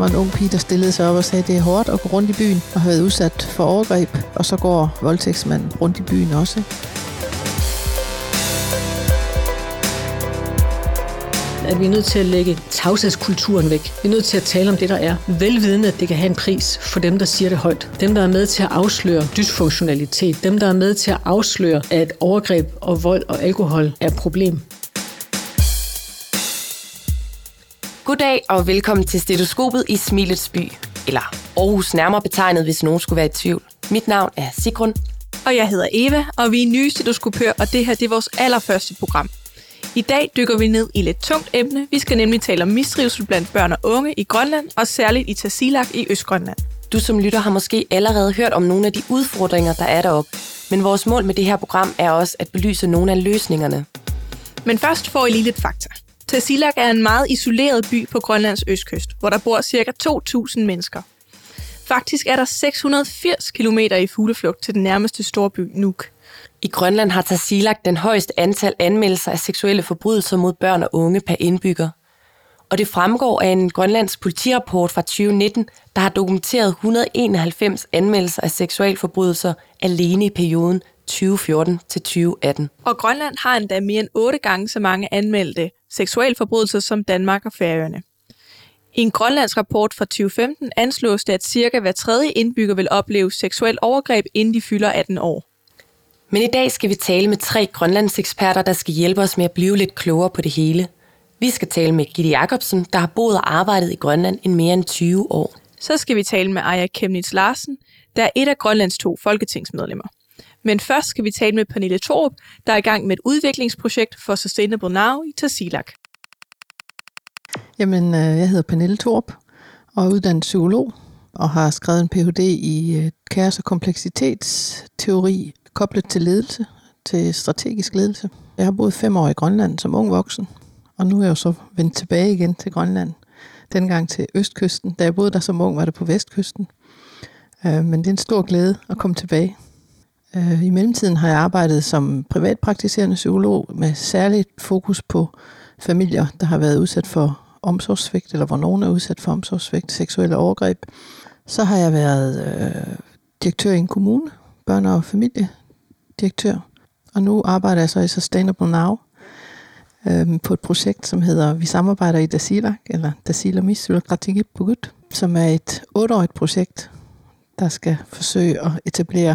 var en ung pige, der stillede sig op og sagde, at det er hårdt at gå rundt i byen og have været udsat for overgreb, og så går voldtægtsmanden rundt i byen også. At vi er nødt til at lægge tavshedskulturen væk. Vi er nødt til at tale om det, der er. Velvidende, at det kan have en pris for dem, der siger det højt. Dem, der er med til at afsløre dysfunktionalitet. Dem, der er med til at afsløre, at overgreb og vold og alkohol er et problem. Goddag og velkommen til Stetoskopet i Smilets by. Eller Aarhus nærmere betegnet, hvis nogen skulle være i tvivl. Mit navn er Sigrun. Og jeg hedder Eva, og vi er nye stetoskopør, og det her det er vores allerførste program. I dag dykker vi ned i et lidt tungt emne. Vi skal nemlig tale om mistrivsel blandt børn og unge i Grønland, og særligt i Tasiilaq i Østgrønland. Du som lytter har måske allerede hørt om nogle af de udfordringer, der er deroppe. Men vores mål med det her program er også at belyse nogle af løsningerne. Men først får I lige lidt fakta. Tasiilaq er en meget isoleret by på Grønlands østkyst, hvor der bor ca. 2.000 mennesker. Faktisk er der 680 kilometer i fugleflugt til den nærmeste storby Nuuk. I Grønland har Tasiilaq den højeste antal anmeldelser af seksuelle forbrydelser mod børn og unge per indbygger. Og det fremgår af en grønlandsk politirapport fra 2019, der har dokumenteret 191 anmeldelser af seksualforbrydelser alene i perioden 2014 til 2018. Og Grønland har endda mere end 8 gange så mange anmeldte seksualforbrydelser som Danmark og Færøerne. I en grønlandsk rapport fra 2015 anslås det, at cirka hver tredje indbygger vil opleve seksuelt overgreb, inden de fylder 18 år. Men i dag skal vi tale med 3 grønlandseksperter, der skal hjælpe os med at blive lidt klogere på det hele. Vi skal tale med Gitte Jacobsen, der har boet og arbejdet i Grønland i mere end 20 år. Så skal vi tale med Aya Chemnitz Larsen, der er et af Grønlands 2 folketingsmedlemmer. Men først skal vi tale med Pernille Thorup, der er i gang med et udviklingsprojekt for Sustainable Now i Tasiilaq. Jamen, jeg hedder Pernille Thorup og er uddannet psykolog og har skrevet en Ph.D. i kaos- og kompleksitetsteori koblet til ledelse, til strategisk ledelse. Jeg har boet 5 år i Grønland som ung voksen, og nu er jeg jo så vendt tilbage igen til Grønland. Dengang til østkysten. Da jeg boede der som ung, var det på vestkysten. Men det er en stor glæde at komme tilbage. I mellemtiden har jeg arbejdet som privatpraktiserende psykolog med særligt fokus på familier, der har været udsat for omsorgssvigt, eller hvor nogen er udsat for omsorgssvigt, seksuelle overgreb. Så har jeg været direktør i en kommune, børne- og familiedirektør. Og nu arbejder jeg så i Sustainable Now på et projekt, som hedder Vi samarbejder i Tasiilaq, eller Tasiilaq Sulaqatigip Pugut, som er et 8-årigt projekt, der skal forsøge at etablere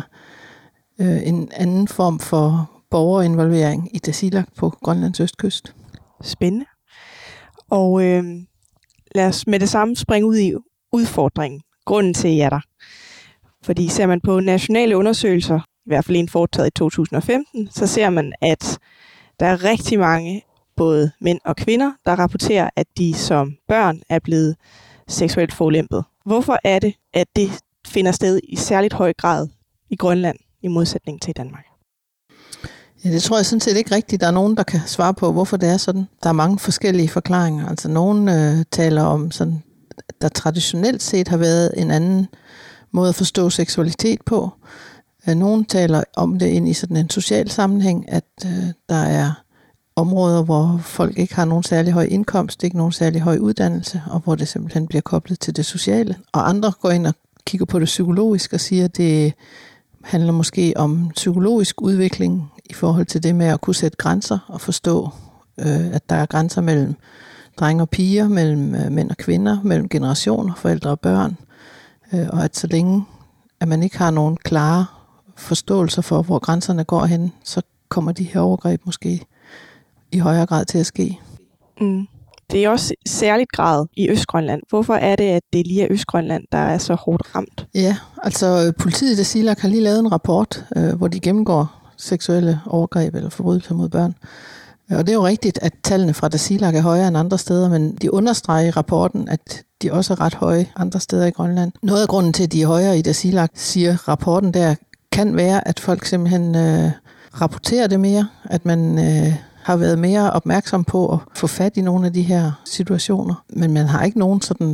en anden form for borgerinvolvering i Tasiilaq på Grønlands østkyst. Spændende. Og lad os med det samme springe ud i udfordringen. Grunden til, at I er der. Fordi ser man på nationale undersøgelser, i hvert fald en foretaget i 2015, så ser man, at der er rigtig mange, både mænd og kvinder, der rapporterer, at de som børn er blevet seksuelt forulempet. Hvorfor er det, at det finder sted i særligt høj grad i Grønland, i modsætning til Danmark? Ja, det tror jeg sådan set ikke rigtigt. Der er nogen, der kan svare på, hvorfor det er sådan. Der er mange forskellige forklaringer. Altså nogen taler om, sådan, at der traditionelt set har været en anden måde at forstå seksualitet på. Nogen taler om det ind i sådan en social sammenhæng, at der er områder, hvor folk ikke har nogen særlig høj indkomst, ikke nogen særlig høj uddannelse, og hvor det simpelthen bliver koblet til det sociale. Og andre går ind og kigger på det psykologisk og siger, at det handler måske om psykologisk udvikling i forhold til det med at kunne sætte grænser og forstå, at der er grænser mellem drenge og piger, mellem mænd og kvinder, mellem generationer, forældre og børn, og at så længe at man ikke har nogen klare forståelser for, hvor grænserne går hen, så kommer de her overgreb måske i højere grad til at ske. Det er også særligt grad i Østgrønland. Hvorfor er det, at det lige er Østgrønland, der er så hårdt ramt? Ja, altså politiet i Tasiilaq har lige lavet en rapport, hvor de gennemgår seksuelle overgreb eller forbrydelser mod børn. Og det er jo rigtigt, at tallene fra Tasiilaq er højere end andre steder, men de understreger i rapporten, at de også er ret høje andre steder i Grønland. Noget af grunden til, at de er højere i Tasiilaq, siger rapporten der, kan være, at folk simpelthen rapporterer det mere, at man har været mere opmærksom på at få fat i nogle af de her situationer. Men man har ikke nogen sådan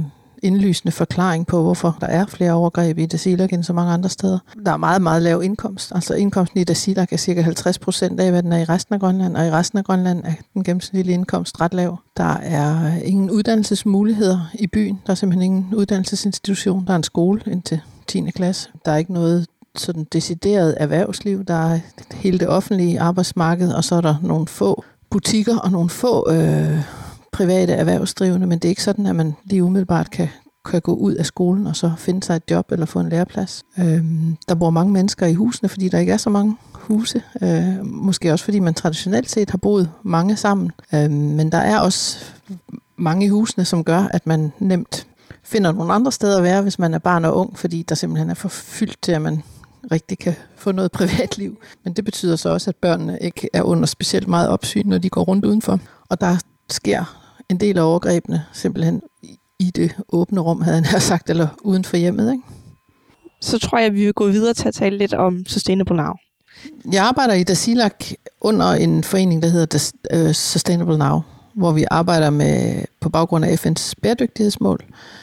indlysende forklaring på, hvorfor der er flere overgreb i Tasiilaq end så mange andre steder. Der er meget, meget lav indkomst. Altså indkomsten i Tasiilaq er cirka 50% af, hvad den er i resten af Grønland, og i resten af Grønland er den gennemsnitlige indkomst ret lav. Der er ingen uddannelsesmuligheder i byen. Der er simpelthen ingen uddannelsesinstitution. Der er en skole indtil 10. klasse. Der er ikke noget sådan decideret erhvervsliv. Der er hele det offentlige arbejdsmarked, og så er der nogle få butikker og nogle få private erhvervsdrivende, men det er ikke sådan, at man lige umiddelbart kan gå ud af skolen og så finde sig et job eller få en læreplads. Der bor mange mennesker i husene, fordi der ikke er så mange huse. Måske også fordi man traditionelt set har boet mange sammen. Men der er også mange i husene, som gør, at man nemt finder nogle andre steder at være, hvis man er barn og ung, fordi der simpelthen er for fyldt til, at man rigtig kan få noget privatliv. Men det betyder så også, at børnene ikke er under specielt meget opsyn, når de går rundt udenfor. Og der sker en del af overgrebene simpelthen i det åbne rum, havde han sagt, eller uden for hjemmet. Ikke? Så tror jeg, at vi vil gå videre til at tale lidt om Sustainable Now. Jeg arbejder i Tasiilaq under en forening, der hedder Sustainable Now, hvor vi arbejder med på baggrund af FN's bæredygtighedsmål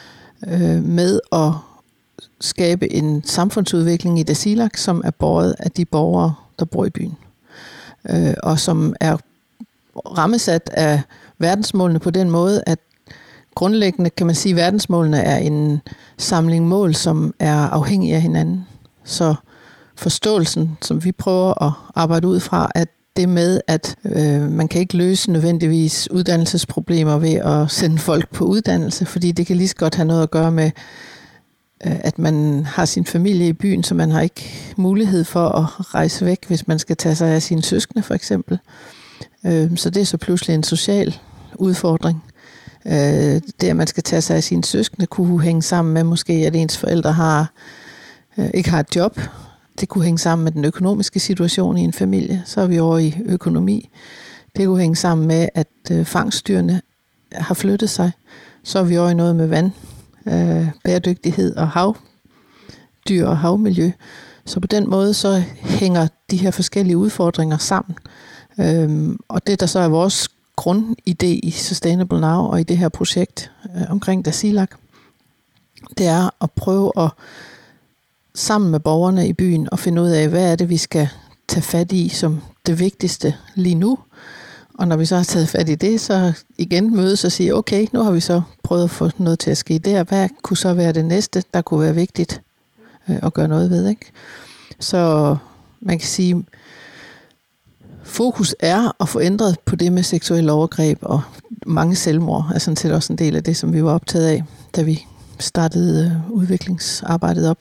med at skabe en samfundsudvikling i Tasiilaq, som er båret af de borgere, der bor i byen, og som er rammesat af verdensmålene på den måde, at grundlæggende kan man sige, at verdensmålene er en samling mål, som er afhængige af hinanden. Så forståelsen, som vi prøver at arbejde ud fra, at det med, at man kan ikke løse nødvendigvis uddannelsesproblemer ved at sende folk på uddannelse, fordi det kan lige så godt have noget at gøre med, at man har sin familie i byen, så man har ikke mulighed for at rejse væk, hvis man skal tage sig af sine søskende for eksempel. Så det er så pludselig en social udfordring. Det, at man skal tage sig af sine søskende, kunne hænge sammen med måske, at ens forældre ikke har et job. Det kunne hænge sammen med den økonomiske situation i en familie. Så er vi over i økonomi. Det kunne hænge sammen med, at fangstdyrene har flyttet sig. Så er vi over i noget med vand, bæredygtighed og havdyr og havmiljø. Så på den måde så hænger de her forskellige udfordringer sammen. Og det, der så er vores grundidé i Sustainable Now og i det her projekt omkring Tasiilaq, det er at prøve at sammen med borgerne i byen og finde ud af, hvad er det, vi skal tage fat i som det vigtigste lige nu. Og når vi så har taget fat i det, så igen mødes og sige, okay, nu har vi så prøvet at få noget til at ske der. Hvad kunne så være det næste, der kunne være vigtigt at gøre noget ved, ikke? Så man kan sige, fokus er at få ændret på det med seksuelle overgreb, og mange selvmord er sådan set også en del af det, som vi var optaget af, da vi startede udviklingsarbejdet op.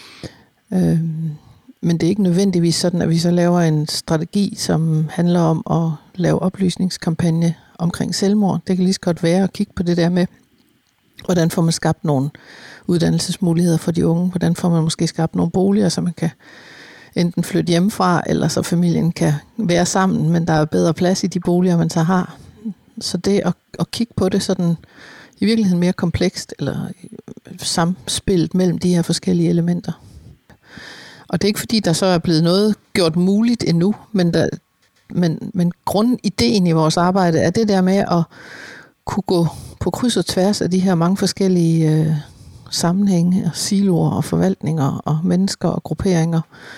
Men det er ikke nødvendigvis sådan, at vi så laver en strategi, som handler om at lave oplysningskampagne omkring selvmord. Det kan lige så godt være at kigge på det der med, hvordan får man skabt nogle uddannelsesmuligheder for de unge, hvordan får man måske skabt nogle boliger, så man kan enten flytte hjemmefra, eller så familien kan være sammen, men der er bedre plads i de boliger, man så har. Så det at kigge på det sådan i virkeligheden mere komplekst, eller samspillet mellem de her forskellige elementer. Og det er ikke fordi, der så er blevet noget gjort muligt endnu, men grundideen i vores arbejde er det der med at kunne gå på kryds og tværs af de her mange forskellige sammenhænge, og siloer og forvaltninger og mennesker og grupperinger,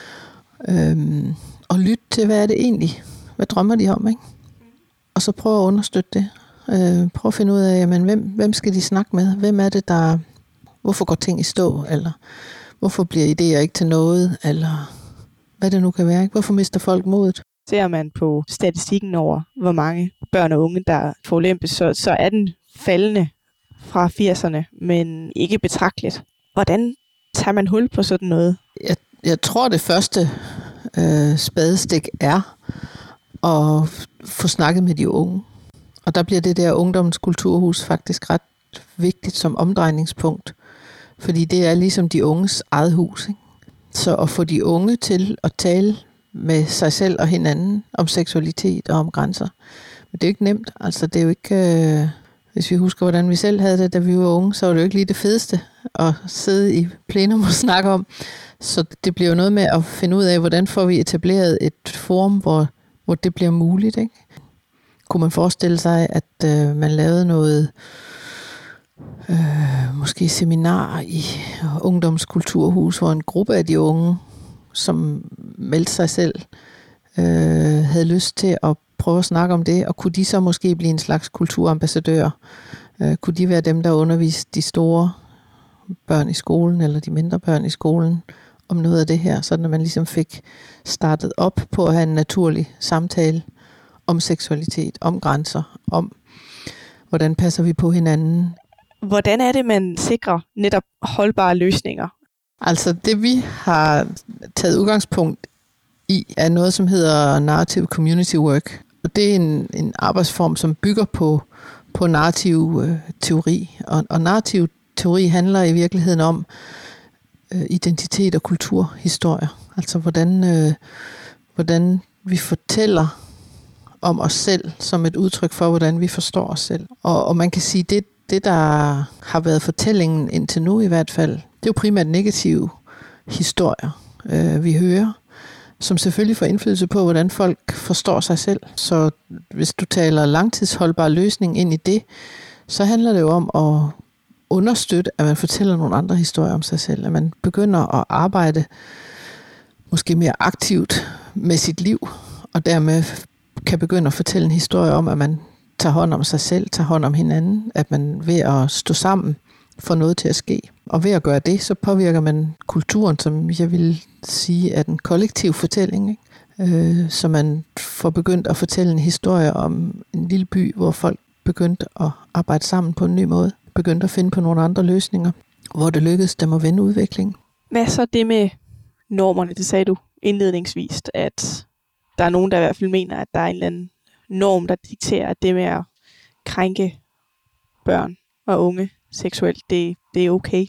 og lytte til, hvad er det egentlig? Hvad drømmer de om, ikke? Og så prøve at understøtte det. Prøve at finde ud af, jamen, hvem skal de snakke med? Hvem er det, hvorfor går ting i stå? Eller hvorfor bliver idéer ikke til noget? Eller hvad det nu kan være, ikke? Hvorfor mister folk modet? Ser man på statistikken over, hvor mange børn og unge, der forulempes, så er den faldende fra 80'erne, men ikke betragteligt. Hvordan tager man hul på sådan noget? Jeg tror, det første spadestik er at få snakket med de unge. Og der bliver det der ungdommens kulturhus faktisk ret vigtigt som omdrejningspunkt. Fordi det er ligesom de unges eget hus, ikke? Så at få de unge til at tale med sig selv og hinanden om seksualitet og om grænser. Men det er jo ikke nemt. Altså det er jo ikke... Hvis vi husker, hvordan vi selv havde det, da vi var unge, så var det jo ikke lige det fedeste at sidde i plenum og snakke om. Så det bliver jo noget med at finde ud af, hvordan får vi etableret et forum, hvor det bliver muligt, ikke? Kunne man forestille sig, at man lavede noget måske seminar i ungdomskulturhus, hvor en gruppe af de unge, som meldte sig selv, havde lyst til at prøve at snakke om det, og kunne de så måske blive en slags kulturambassadør? Kunne de være dem, der underviste de store børn i skolen, eller de mindre børn i skolen, om noget af det her, sådan at man ligesom fik startet op på at have en naturlig samtale om seksualitet, om grænser, om hvordan passer vi på hinanden. Hvordan er det, man sikrer netop holdbare løsninger? Altså det, vi har taget udgangspunkt i, er noget, som hedder narrative community work. Og det er en arbejdsform, som bygger på narrativ teori. Og narrativ teori handler i virkeligheden om identitet og kulturhistorie. Altså hvordan vi fortæller om os selv som et udtryk for, hvordan vi forstår os selv. Og man kan sige, det der har været fortællingen indtil nu i hvert fald, det er jo primært negative historier, vi hører, som selvfølgelig får indflydelse på, hvordan folk forstår sig selv. Så hvis du taler langtidsholdbar løsning ind i det, så handler det jo om at understøtte, at man fortæller nogle andre historier om sig selv, at man begynder at arbejde måske mere aktivt med sit liv, og dermed kan begynde at fortælle en historie om, at man tager hånd om sig selv, tager hånd om hinanden, at man ved at stå sammen får noget til at ske. Og ved at gøre det, så påvirker man kulturen, som jeg vil sige er den kollektive fortælling, ikke? Så man får begyndt at fortælle en historie om en lille by, hvor folk begyndte at arbejde sammen på en ny måde, begyndte at finde på nogle andre løsninger, hvor det lykkedes dem at vende udviklingen. Hvad så det med normerne? Det sagde du indledningsvis, at der er nogen, der i hvert fald mener, at der er en eller anden norm, der dikterer, at det med at krænke børn og unge seksuelt, det er okay.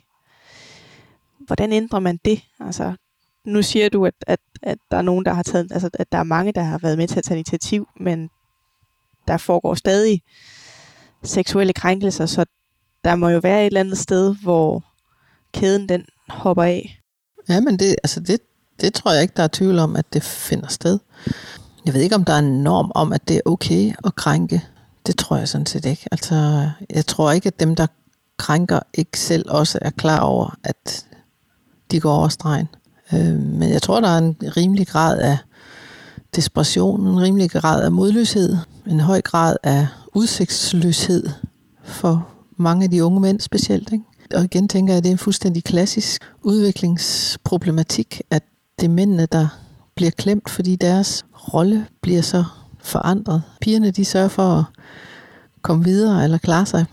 Hvordan ændrer man det? Altså, nu siger du, at der er nogen, der har taget, altså at der er mange, der har været med til at tage initiativ, men der foregår stadig seksuelle krænkelser, så der må jo være et eller andet sted, hvor kæden den hopper af. Ja, men det tror jeg ikke, der er tvivl om, at det finder sted. Jeg ved ikke, om der er en norm om, at det er okay at krænke. Det tror jeg sådan set ikke. Altså, jeg tror ikke, at dem, der krænker, ikke selv også er klar over, at de går over stregen. Men jeg tror, der er en rimelig grad af desperation, en rimelig grad af modløshed, en høj grad af udsigtsløshed for mange af de unge mænd specielt, ikke? Og igen tænker jeg, at det er en fuldstændig klassisk udviklingsproblematik, at det er mændene, der bliver klemt, fordi deres rolle bliver så forandret. Pigerne, de sørger for at komme videre eller klare sig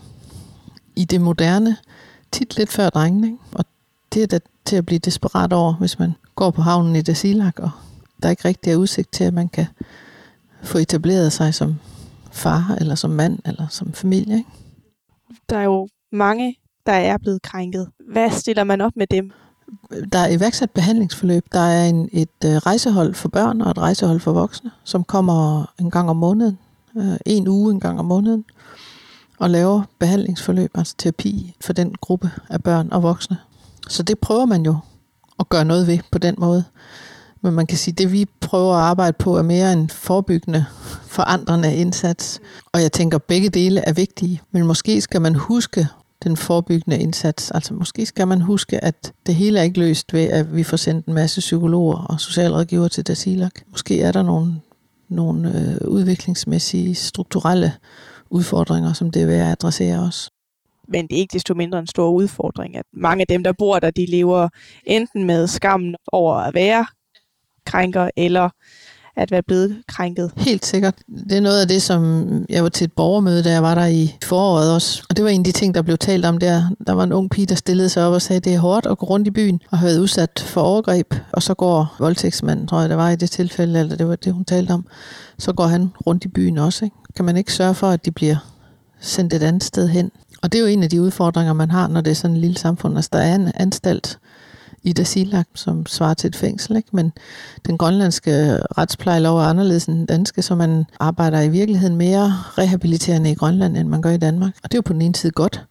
i det moderne, tit lidt før drengene, ikke? Og det er da til at blive desperat over, hvis man går på havnen i Tasiilaq, og der ikke rigtig er udsigt til, at man kan få etableret sig som far, eller som mand, eller som familie, ikke? Der er jo mange, der er blevet krænket. Hvad stiller man op med dem? Der er iværksat behandlingsforløb. Der er et rejsehold for børn og et rejsehold for voksne, som kommer en gang om måneden, en uge en gang om måneden, og laver behandlingsforløb, altså terapi for den gruppe af børn og voksne. Så det prøver man jo at gøre noget ved på den måde. Men man kan sige, at det vi prøver at arbejde på er mere en forebyggende, forandrende indsats. Og jeg tænker, at begge dele er vigtige. Men måske skal man huske den forebyggende indsats. Altså måske skal man huske, at det hele er ikke løst ved, at vi får sendt en masse psykologer og socialrådgivere til Tasiilaq. Måske er der nogle udviklingsmæssige, strukturelle udfordringer, som det er værd at adressere også. Men det er ikke desto mindre en stor udfordring, at mange af dem, der bor der, de lever enten med skammen over at være krænker, eller at være blevet krænket. Helt sikkert. Det er noget af det, som jeg var til et borgermøde, da jeg var der i foråret også. Og det var en af de ting, der blev talt om der. Der var en ung pige, der stillede sig op og sagde, at det er hårdt at gå rundt i byen og have været udsat for overgreb. Og så går voldtægtsmanden, tror jeg det var i det tilfælde, eller det var det, hun talte om. Så går han rundt i byen også, ikke? Kan man ikke sørge for, at de bliver sendt et andet sted hen? Og det er jo en af de udfordringer, man har, når det er sådan et lille samfund. Altså, der er en anstalt i Tasiilaq, som svarer til et fængsel, ikke? Men den grønlandske retsplejelov er anderledes end den danske, så man arbejder i virkeligheden mere rehabiliterende i Grønland, end man gør i Danmark. Og det er jo på den ene side godt,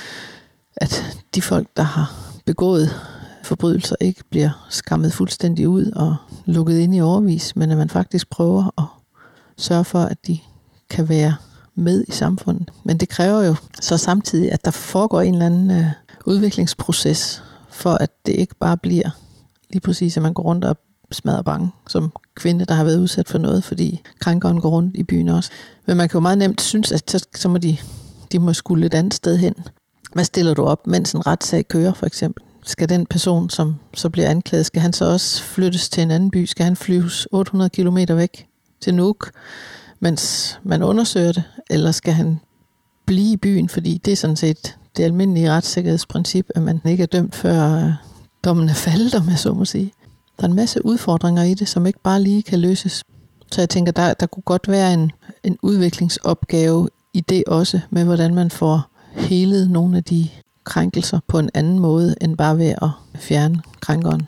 at de folk, der har begået forbrydelser, ikke bliver skammet fuldstændig ud og lukket ind i årevis, men at man faktisk prøver at sørge for, at de kan være med i samfundet. Men det kræver jo så samtidig, at der foregår en eller anden udviklingsproces, for at det ikke bare bliver lige præcis, at man går rundt og smadrer bange som kvinde, der har været udsat for noget, fordi krænkeren går rundt i byen også. Men man kan jo meget nemt synes, at så må de må skulle et andet sted hen. Hvad stiller du op, mens en retssag kører, for eksempel? Skal den person, som så bliver anklaget, skal han så også flyttes til en anden by? Skal han flyves 800 kilometer væk til Nuuk, mens man undersøger det? Eller skal han blive i byen? Fordi det er sådan set det almindelige retssikkerhedsprincip, at man ikke er dømt før dommen er faldet, om jeg så må sige. Der er en masse udfordringer i det, som ikke bare lige kan løses. Så jeg tænker, der kunne godt være en udviklingsopgave i det også, med hvordan man får helet nogle af de krænkelser på en anden måde, end bare ved at fjerne krænkeren.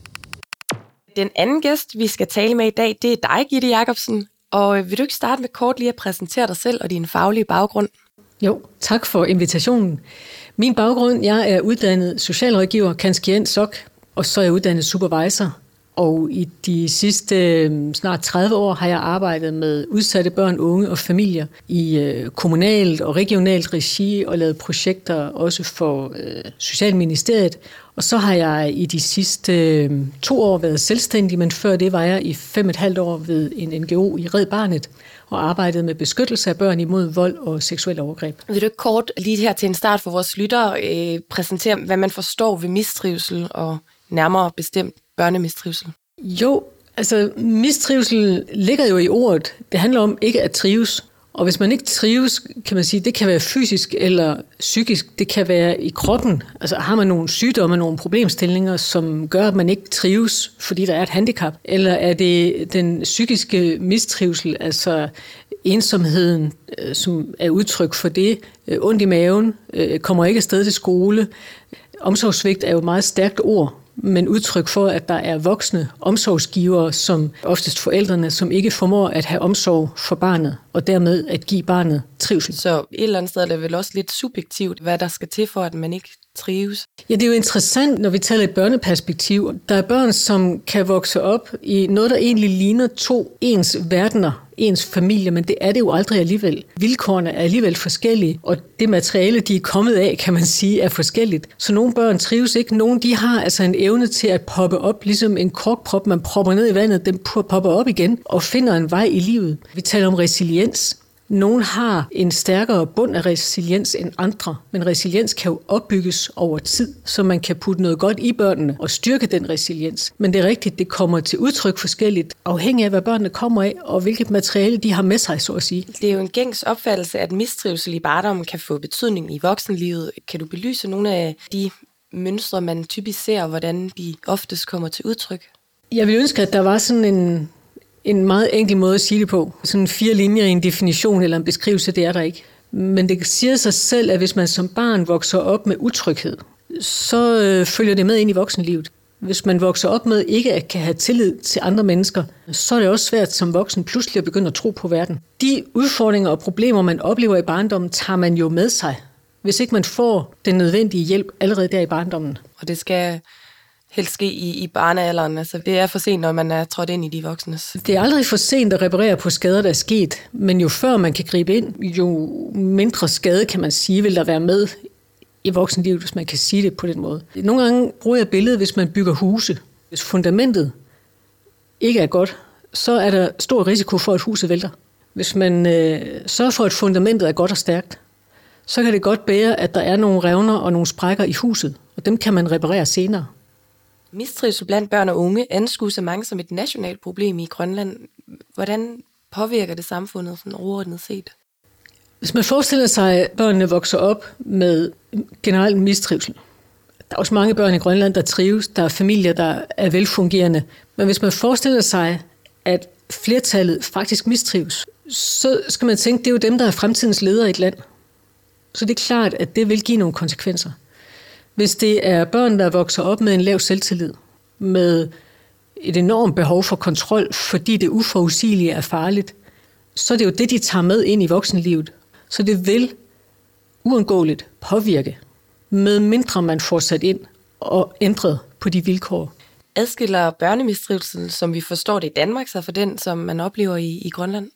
Den anden gæst, vi skal tale med i dag, det er dig, Gitte Jacobsen. Og vil du ikke starte med kort lige at præsentere dig selv og din faglige baggrund? Jo, tak for invitationen. Min baggrund, jeg er uddannet socialrådgiver, kanskien SOC, og så er jeg uddannet supervisor. Og i de sidste snart 30 år har jeg arbejdet med udsatte børn, unge og familier i kommunalt og regionalt regi og lavet projekter også for Socialministeriet. Og så har jeg i de sidste 2 år været selvstændig, men før det var jeg i 5,5 år ved en NGO i Red Barnet og arbejdet med beskyttelse af børn imod vold og seksuelle overgreb. Vil du ikke kort lige her til en start for vores lyttere præsentere, hvad man forstår ved mistrivsel og nærmere bestemt børnemistrivsel? Jo, altså mistrivsel ligger jo i ordet. Det handler om ikke at trives. Og hvis man ikke trives, kan man sige, det kan være fysisk eller psykisk, det kan være i kroppen. Altså har man nogle sygdomme, nogle problemstillinger, som gør, at man ikke trives, fordi der er et handicap? Eller er det den psykiske mistrivsel, altså ensomheden, som er udtryk for det, ondt i maven, kommer ikke afsted til skole. Omsorgssvigt er jo et meget stærkt ord, men udtryk for, at der er voksne omsorgsgivere, som oftest forældrene, som ikke formår at have omsorg for barnet, og dermed at give barnet trivsel. Så et eller andet sted er det vel også lidt subjektivt, hvad der skal til for, at man ikke trives? Ja, det er jo interessant, når vi taler et børneperspektiv. Der er børn, som kan vokse op i noget, der egentlig ligner 2 ens verdener, ens familie, men det er det jo aldrig alligevel. Vilkårene er alligevel forskellige, og det materiale, de er kommet af, kan man sige, er forskelligt. Så nogle børn trives ikke. Nogle, de har altså en evne til at poppe op, ligesom en korkprop, man propper ned i vandet, den popper op igen og finder en vej i livet. Vi taler om resiliens. Nogle har en stærkere bund af resiliens end andre, men resiliens kan jo opbygges over tid, så man kan putte noget godt i børnene og styrke den resiliens. Men det er rigtigt, det kommer til udtryk forskelligt, afhængig af hvad børnene kommer af, og hvilket materiale de har med sig, så at sige. Det er jo en gængs opfattelse, at mistrivsel i barndommen kan få betydning i voksenlivet. Kan du belyse nogle af de mønstre, man typisk ser, og hvordan de oftest kommer til udtryk? Jeg vil ønske, at der var sådan en meget enkel måde at sige det på. Sådan 4 linjer i en definition eller en beskrivelse, det er der ikke. Men det siger sig selv, at hvis man som barn vokser op med utryghed, så følger det med ind i voksenlivet. Hvis man vokser op med ikke at kan have tillid til andre mennesker, så er det også svært som voksen pludselig at begynde at tro på verden. De udfordringer og problemer, man oplever i barndommen, tager man jo med sig, hvis ikke man får den nødvendige hjælp allerede der i barndommen. Og det skal helst ske i barnealderen. Altså, det er for sent, når man er trådt ind i de voksnes. Det er aldrig for sent at reparere på skader, der er sket, men jo før man kan gribe ind, jo mindre skade, kan man sige, vil der være med i voksenlivet, hvis man kan sige det på den måde. Nogle gange bruger jeg billedet, hvis man bygger huse. Hvis fundamentet ikke er godt, så er der stor risiko for, at huset vælter. Hvis man sørger for, at fundamentet er godt og stærkt, så kan det godt bære, at der er nogle revner og nogle sprækker i huset, og dem kan man reparere senere. Mistrivsel blandt børn og unge anskues af mange som et nationalt problem i Grønland. Hvordan påvirker det samfundet sådan overordnet set? Hvis man forestiller sig, at børnene vokser op med generelt mistrivsel. Der er også mange børn i Grønland, der trives. Der er familier, der er velfungerende. Men hvis man forestiller sig, at flertallet faktisk mistrives, så skal man tænke, at det er jo dem, der er fremtidens ledere i et land. Så det er klart, at det vil give nogle konsekvenser. Hvis det er børn, der vokser op med en lav selvtillid, med et enormt behov for kontrol, fordi det uforudsigelige er farligt, så er det jo det, de tager med ind i voksenlivet. Så det vil uundgåeligt påvirke, med mindre man får sat ind og ændret på de vilkår. Adskiller børnemistrivsel, som vi forstår det i Danmark, sig for den, som man oplever i Grønland?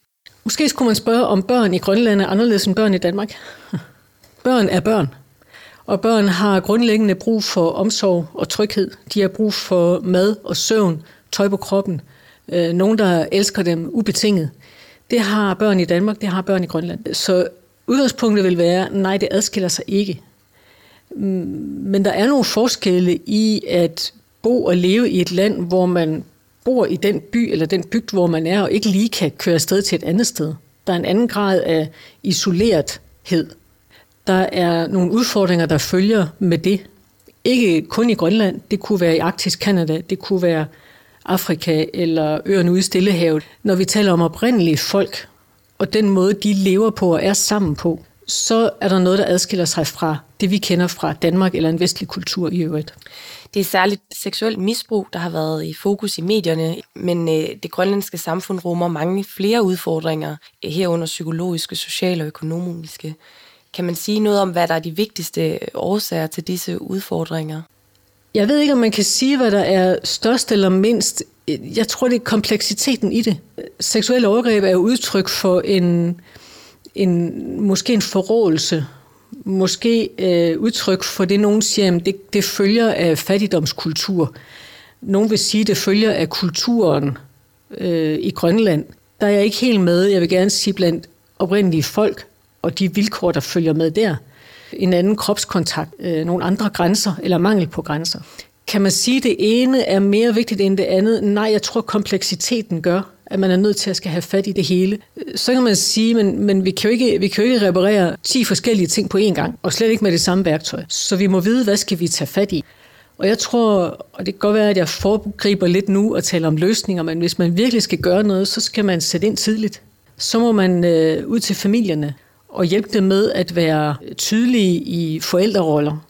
Måske skulle man spørge, om børn i Grønland er anderledes end børn i Danmark. Børn er børn, og børn har grundlæggende brug for omsorg og tryghed. De har brug for mad og søvn, tøj på kroppen. Nogen, der elsker dem ubetinget. Det har børn i Danmark, det har børn i Grønland. Så udgangspunktet vil være, nej, det adskiller sig ikke. Men der er nogle forskelle i at bo og leve i et land, hvor man bor i den by eller den bygd, hvor man er, og ikke lige kan køre afsted til et andet sted. Der er en anden grad af isolerethed. Der er nogle udfordringer, der følger med det. Ikke kun i Grønland, det kunne være i Arktisk Canada, det kunne være Afrika eller øerne ude i Stillehavet. Når vi taler om oprindelige folk, og den måde, de lever på og er sammen på, så er der noget, der adskiller sig fra det, vi kender fra Danmark eller en vestlig kultur i øvrigt. Det er særligt seksuelt misbrug, der har været i fokus i medierne, men det grønlandske samfund rummer mange flere udfordringer, herunder psykologiske, sociale og økonomiske. Kan man sige noget om, hvad der er de vigtigste årsager til disse udfordringer? Jeg ved ikke, om man kan sige, hvad der er størst eller mindst. Jeg tror, det er kompleksiteten i det. Seksuelle overgreb er udtryk for måske en forrådelse. Måske udtryk for det, nogen siger, at det følger af fattigdomskultur. Nogen vil sige, at det følger af kulturen i Grønland. Der er jeg ikke helt med, jeg vil gerne sige, blandt oprindelige folk og de vilkår, der følger med der. En anden kropskontakt, nogle andre grænser eller mangel på grænser. Kan man sige, at det ene er mere vigtigt end det andet? Nej, jeg tror, kompleksiteten gør, at man er nødt til at skal have fat i det hele. Så kan man sige, men vi kan jo ikke reparere 10 forskellige ting på én gang, og slet ikke med det samme værktøj. Så vi må vide, hvad skal vi tage fat i. Og jeg tror, og det kan godt være, at jeg foregriber lidt nu og taler om løsninger, men hvis man virkelig skal gøre noget, så skal man sætte ind tidligt. Så må man ud til familierne og hjælpe dem med at være tydelige i forældreroller,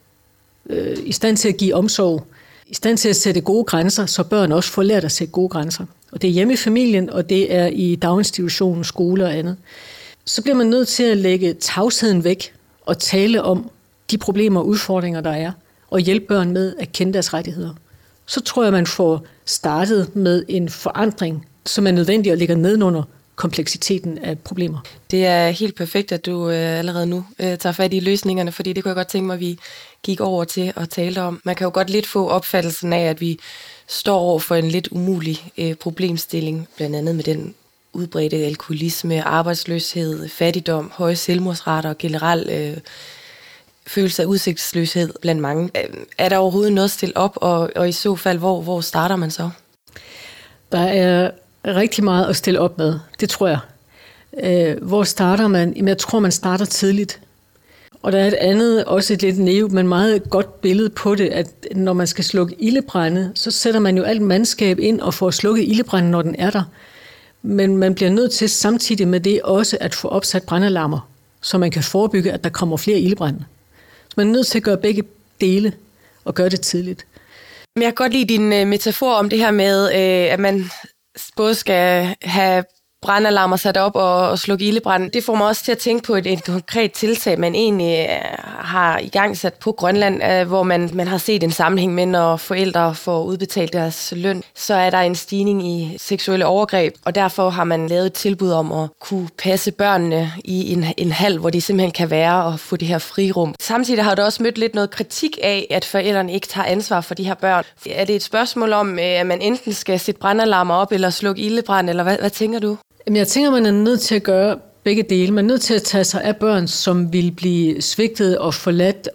i stand til at give omsorg, i stand til at sætte gode grænser, så børn også får lært at sætte gode grænser. Og det er hjemme i familien, og det er i daginstitutionen, skole og andet. Så bliver man nødt til at lægge tavsheden væk og tale om de problemer og udfordringer, der er, og hjælpe børn med at kende deres rettigheder. Så tror jeg, man får startet med en forandring, som er nødvendig og ligger nedenunder kompleksiteten af problemer. Det er helt perfekt, at du allerede nu tager fat i løsningerne, fordi det kunne jeg godt tænke mig, at vi gik over til at tale om. Man kan jo godt lidt få opfattelsen af, at vi står over for en lidt umulig problemstilling, blandt andet med den udbredte alkoholisme, arbejdsløshed, fattigdom, høje selvmordsrater og generelt følelse af udsigtsløshed blandt mange. Er der overhovedet noget at stille op, og i så fald, hvor starter man så? Der er rigtig meget at stille op med, det tror jeg. Hvor starter man? Jamen, jeg tror, man starter tidligt. Og der er et andet, også et lidt næve, men meget godt billede på det, at når man skal slukke ildebrænde, så sætter man jo alt mandskab ind og får slukket ildebrænde, når den er der. Men man bliver nødt til samtidig med det også at få opsat brandalarmer, så man kan forebygge, at der kommer flere ildebrænde. Så man er nødt til at gøre begge dele og gøre det tidligt. Men jeg kan godt lide din metafor om det her med, at man både skal have brandalarmer sat op og slukke ildebrand. Det får mig også til at tænke på et konkret tiltag, man egentlig har i gang sat på Grønland, hvor man har set en sammenhæng med, når forældre får udbetalt deres løn, så er der en stigning i seksuelle overgreb, og derfor har man lavet et tilbud om at kunne passe børnene i en hal, hvor de simpelthen kan være og få det her frirum. Samtidig har der også mødt lidt noget kritik af, at forældrene ikke tager ansvar for de her børn. Er det et spørgsmål om, at man enten skal sætte brandalarmer op eller slukke ildebrand, eller hvad tænker du? Jeg tænker, man er nødt til at gøre begge dele. Man er nødt til at tage sig af børn, som vil blive svigtet og forladt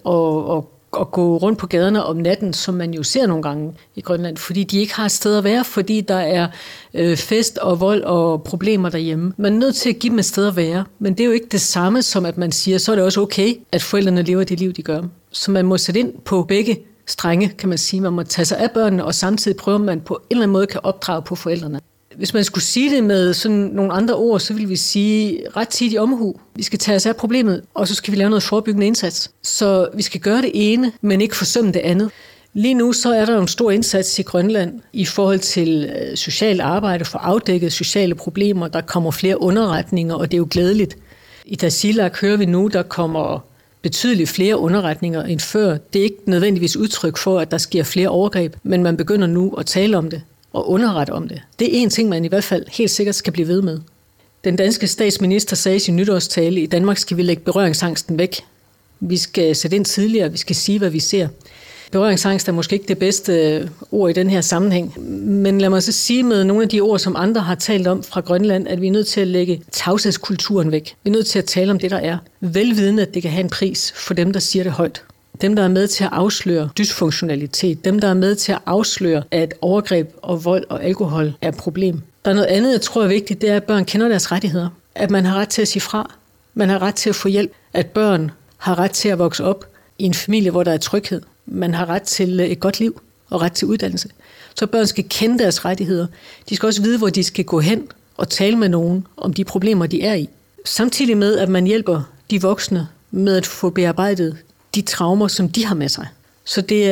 og gå rundt på gaderne om natten, som man jo ser nogle gange i Grønland, fordi de ikke har et sted at være, fordi der er fest og vold og problemer derhjemme. Man er nødt til at give dem et sted at være, men det er jo ikke det samme som, at man siger, så er det også okay, at forældrene lever det liv, de gør. Så man må sætte ind på begge strenge, kan man sige. Man må tage sig af børnene, og samtidig prøver man på en eller anden måde kan opdrage på forældrene. Hvis man skulle sige det med sådan nogle andre ord, så vil vi sige ret tit i omhu. Vi skal tage os af problemet, og så skal vi lave noget forebyggende indsats. Så vi skal gøre det ene, men ikke forsømme det andet. Lige nu så er der jo en stor indsats i Grønland i forhold til socialt arbejde for afdækket sociale problemer. Der kommer flere underretninger, og det er jo glædeligt. I Tasiilaq hører vi nu, der kommer betydeligt flere underretninger end før. Det er ikke nødvendigvis udtryk for, at der sker flere overgreb, men man begynder nu at tale om det og underrette om det. Det er en ting, man i hvert fald helt sikkert skal blive ved med. Den danske statsminister sagde i sin nytårstale, i Danmark skal vi lægge berøringsangsten væk. Vi skal sætte ind tidligere, vi skal sige, hvad vi ser. Berøringsangst er måske ikke det bedste ord i den her sammenhæng, men lad mig så sige med nogle af de ord, som andre har talt om fra Grønland, at vi er nødt til at lægge tavshedskulturen væk. Vi er nødt til at tale om det, der er. Velvidende, at det kan have en pris for dem, der siger det højt. Dem, der er med til at afsløre dysfunktionalitet. Dem, der er med til at afsløre, at overgreb og vold og alkohol er et problem. Der er noget andet, jeg tror er vigtigt, det er, at børn kender deres rettigheder. At man har ret til at sige fra. Man har ret til at få hjælp. At børn har ret til at vokse op i en familie, hvor der er tryghed. Man har ret til et godt liv og ret til uddannelse. Så børn skal kende deres rettigheder. De skal også vide, hvor de skal gå hen og tale med nogen om de problemer, de er i. Samtidig med, at man hjælper de voksne med at få bearbejdet de traumer, som de har med sig. Så det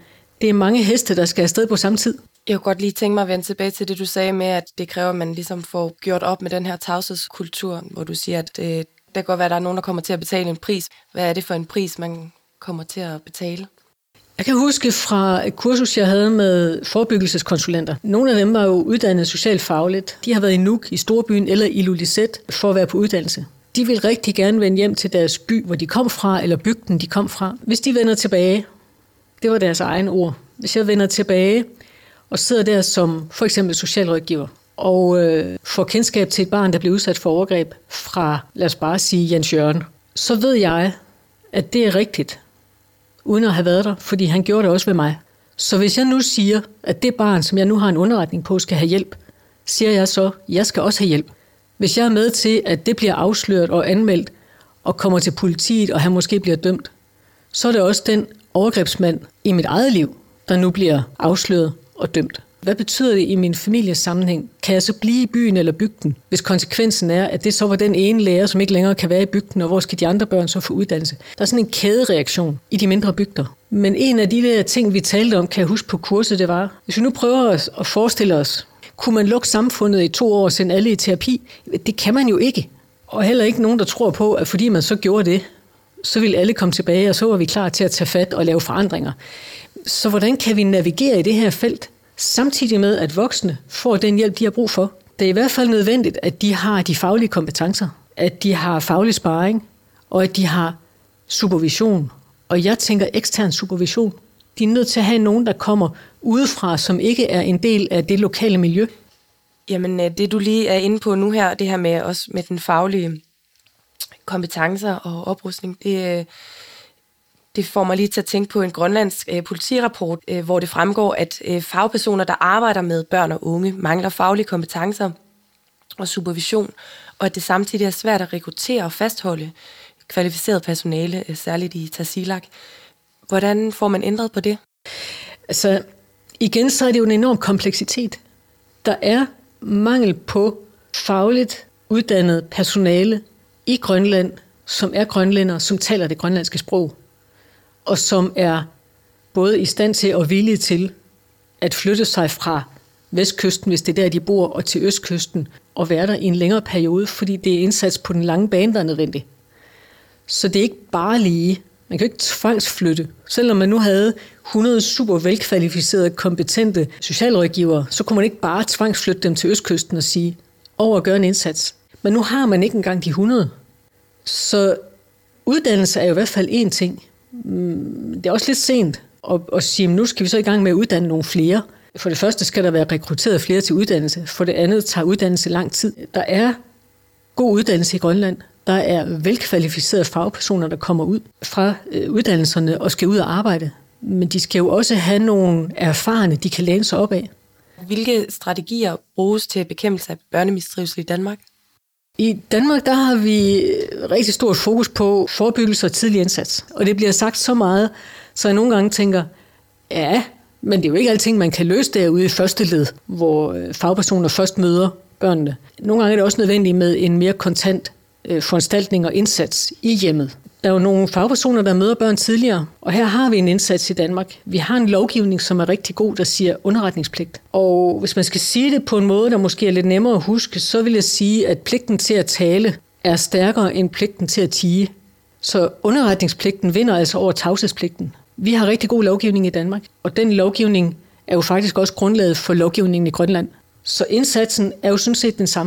er mange heste, der skal afsted på samme tid. Jeg kunne godt lige tænke mig at vende tilbage til det, du sagde med, at det kræver, at man ligesom får gjort op med den her tavshedskultur, hvor du siger, at det kan godt være, at der er nogen, der kommer til at betale en pris. Hvad er det for en pris, man kommer til at betale? Jeg kan huske fra et kursus, jeg havde med forebyggelseskonsulenter. Nogle af dem var jo uddannet socialfagligt. De har været i Nuuk, i Storbyen eller i Ilulissat for at være på uddannelse. De vil rigtig gerne vende hjem til deres by, hvor de kom fra, eller bygden, de kom fra. Hvis de vender tilbage, det var deres egen ord. Hvis jeg vender tilbage og sidder der som for eksempel socialrådgiver, og får kendskab til et barn, der bliver udsat for overgreb fra, lad os bare sige, Jens Jørgen, så ved jeg, at det er rigtigt, uden at have været der, fordi han gjorde det også ved mig. Så hvis jeg nu siger, at det barn, som jeg nu har en underretning på, skal have hjælp, siger jeg så, at jeg skal også have hjælp. Hvis jeg er med til, at det bliver afsløret og anmeldt, og kommer til politiet, og han måske bliver dømt, så er det også den overgrebsmand i mit eget liv, der nu bliver afsløret og dømt. Hvad betyder det i min families sammenhæng? Kan jeg så blive i byen eller bygden, hvis konsekvensen er, at det så var den ene lærer, som ikke længere kan være i bygden, og hvor skal de andre børn så få uddannelse? Der er sådan en kædereaktion i de mindre bygder. Men en af de der ting, vi talte om, kan jeg huske på kurset, det var, hvis vi nu prøver at forestille os, kunne man lukke samfundet i 2 år og sende alle i terapi? Det kan man jo ikke. Og heller ikke nogen, der tror på, at fordi man så gjorde det, så ville alle komme tilbage, og så var vi klar til at tage fat og lave forandringer. Så hvordan kan vi navigere i det her felt, samtidig med, at voksne får den hjælp, de har brug for? Det er i hvert fald nødvendigt, at de har de faglige kompetencer, at de har faglig sparring, og at de har supervision. Og jeg tænker ekstern supervision. De er nødt til at have nogen, der kommer udefra, som ikke er en del af det lokale miljø. Jamen, det du lige er inde på nu her, det her med også med den faglige kompetencer og oprustning, det får mig lige til at tænke på en grønlandsk politirapport, hvor det fremgår, at fagpersoner, der arbejder med børn og unge, mangler faglige kompetencer og supervision, og at det samtidig er svært at rekruttere og fastholde kvalificeret personale, særligt i Tasiilaq. Hvordan får man ændret på det? Altså, igen, så er det jo en enorm kompleksitet. Der er mangel på fagligt uddannet personale i Grønland, som er grønlændere, som taler det grønlandske sprog, og som er både i stand til og villige til at flytte sig fra vestkysten, hvis det er der, de bor, og til østkysten, og være der i en længere periode, fordi det er indsats på den lange bane, der er nødvendig. Så det er ikke bare lige. Man kan jo ikke tvangsflytte. Selvom man nu havde 100 super velkvalificerede, kompetente socialrådgivere, så kunne man ikke bare tvangsflytte dem til østkysten og sige, over at gøre en indsats. Men nu har man ikke engang de 100. Så uddannelse er jo i hvert fald én ting. Det er også lidt sent at sige, nu skal vi så i gang med at uddanne nogle flere. For det første skal der være rekrutteret flere til uddannelse. For det andet tager uddannelse lang tid. Der er god uddannelse i Grønland. Der er velkvalificerede fagpersoner, der kommer ud fra uddannelserne og skal ud og arbejde. Men de skal jo også have nogle erfarne, de kan læne sig op af. Hvilke strategier bruges til bekæmpelse af børnemistrivsel i Danmark? I Danmark, der har vi rigtig stort fokus på forebyggelse og tidlig indsats. Og det bliver sagt så meget, så jeg nogle gange tænker, ja, men det er jo ikke alting, man kan løse derude i første led, hvor fagpersoner først møder børnene. Nogle gange er det også nødvendigt med en mere kontant foranstaltning og indsats i hjemmet. Der er jo nogle fagpersoner, der møder børn tidligere, og her har vi en indsats i Danmark. Vi har en lovgivning, som er rigtig god, der siger underretningspligt. Og hvis man skal sige det på en måde, der måske er lidt nemmere at huske, så vil jeg sige, at pligten til at tale er stærkere end pligten til at tie. Så underretningspligten vinder altså over tavshedspligten. Vi har rigtig god lovgivning i Danmark, og den lovgivning er jo faktisk også grundlaget for lovgivningen i Grønland. Så indsatsen er jo sådan set den samme.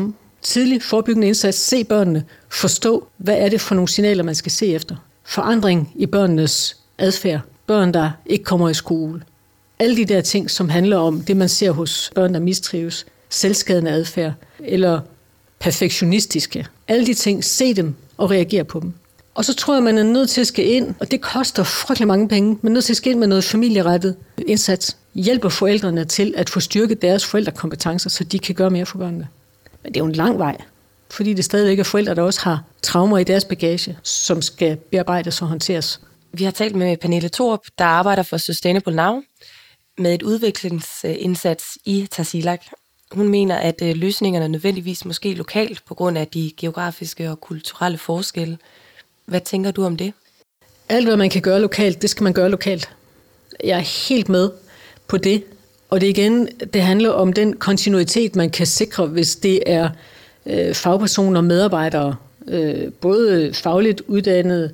Tidlig forebyggende indsats, se børnene, forstå, hvad er det for nogle signaler, man skal se efter. Forandring i børnenes adfærd, børn, der ikke kommer i skole. Alle de der ting, som handler om det, man ser hos børn, der mistrives, selvskadende adfærd eller perfektionistiske. Alle de ting, se dem og reagere på dem. Og så tror jeg, man er nødt til at skal ind, og det koster frygtelig mange penge, man er nødt til at skal ind med noget familierettet indsats. Hjælper forældrene til at få styrket deres forældrekompetencer, så de kan gøre mere for børnene. Men det er jo en lang vej, fordi det stadigvæk er forældre, der også har traumer i deres bagage, som skal bearbejdes og håndteres. Vi har talt med Pernille Thorup, der arbejder for Sustainable Now, med et udviklingsindsats i Tasiilaq. Hun mener, at løsningerne nødvendigvis måske lokalt på grund af de geografiske og kulturelle forskelle. Hvad tænker du om det? Alt, hvad man kan gøre lokalt, det skal man gøre lokalt. Jeg er helt med på det. Og det handler om den kontinuitet, man kan sikre, hvis det er fagpersoner og medarbejdere, både fagligt uddannede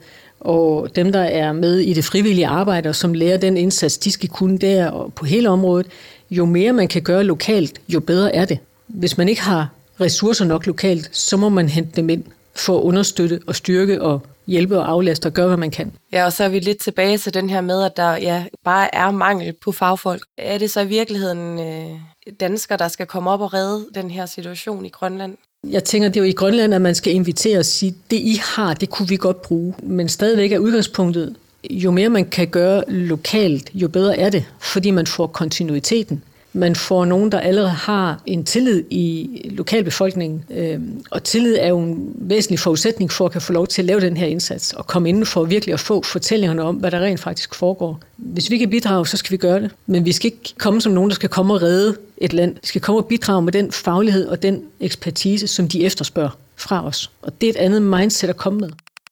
og dem, der er med i det frivillige arbejde, som lærer den indsats, de skal kunne der og på hele området. Jo mere man kan gøre lokalt, jo bedre er det. Hvis man ikke har ressourcer nok lokalt, så må man hente dem ind for at understøtte og styrke og hjælpe og aflaste og gøre, hvad man kan. Ja, og så er vi lidt tilbage til den her med, at der bare er mangel på fagfolk. Er det så i virkeligheden danskere, der skal komme op og redde den her situation i Grønland? Jeg tænker, det er jo i Grønland, at man skal invitere og sige, det I har, det kunne vi godt bruge. Men stadigvæk er udgangspunktet, jo mere man kan gøre lokalt, jo bedre er det, fordi man får kontinuiteten. Man får nogen, der allerede har en tillid i lokalbefolkningen, og tillid er jo en væsentlig forudsætning for at kan få lov til at lave den her indsats, og komme inden for virkelig at få fortællingerne om, hvad der rent faktisk foregår. Hvis vi kan bidrage, så skal vi gøre det, men vi skal ikke komme som nogen, der skal komme og redde et land. Vi skal komme og bidrage med den faglighed og den ekspertise, som de efterspørger fra os. Og det er et andet mindset at komme med.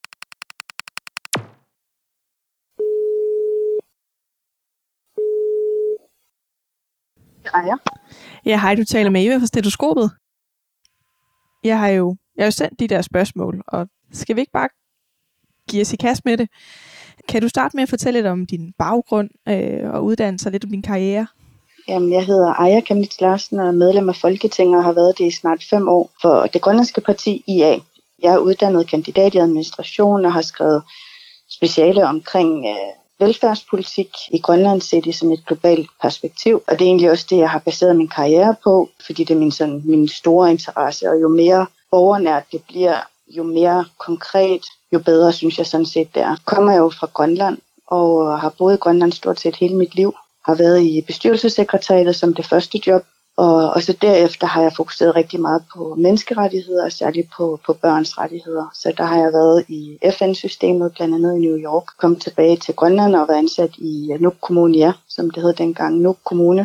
Ja, hej, du taler med Eva fra Stetoskopet. Jeg har jo sendt de der spørgsmål, og skal vi ikke bare give os i kast med det? Kan du starte med at fortælle lidt om din baggrund og uddannelse, lidt om din karriere? Jamen, jeg hedder Aya Kamnitz Larsen og er medlem af Folketinget og har været det i snart 5 år for det grønlandske parti IA. Jeg er uddannet kandidat i administration og har skrevet speciale omkring velfærdspolitik i Grønland set i sådan et globalt perspektiv. Og det er egentlig også det, jeg har baseret min karriere på, fordi det er min store interesse. Og jo mere borgernært det bliver, jo mere konkret, jo bedre synes jeg sådan set det er. Jeg kommer jo fra Grønland og har boet i Grønland stort set hele mit liv. Har været i bestyrelsessekretariatet som det første job. Og så derefter har jeg fokuseret rigtig meget på menneskerettigheder, og særligt på børns rettigheder. Så der har jeg været i FN-systemet, blandt andet i New York, kommet tilbage til Grønland og været ansat i Nuuk Kommune, som det hed dengang, Nuuk Kommune,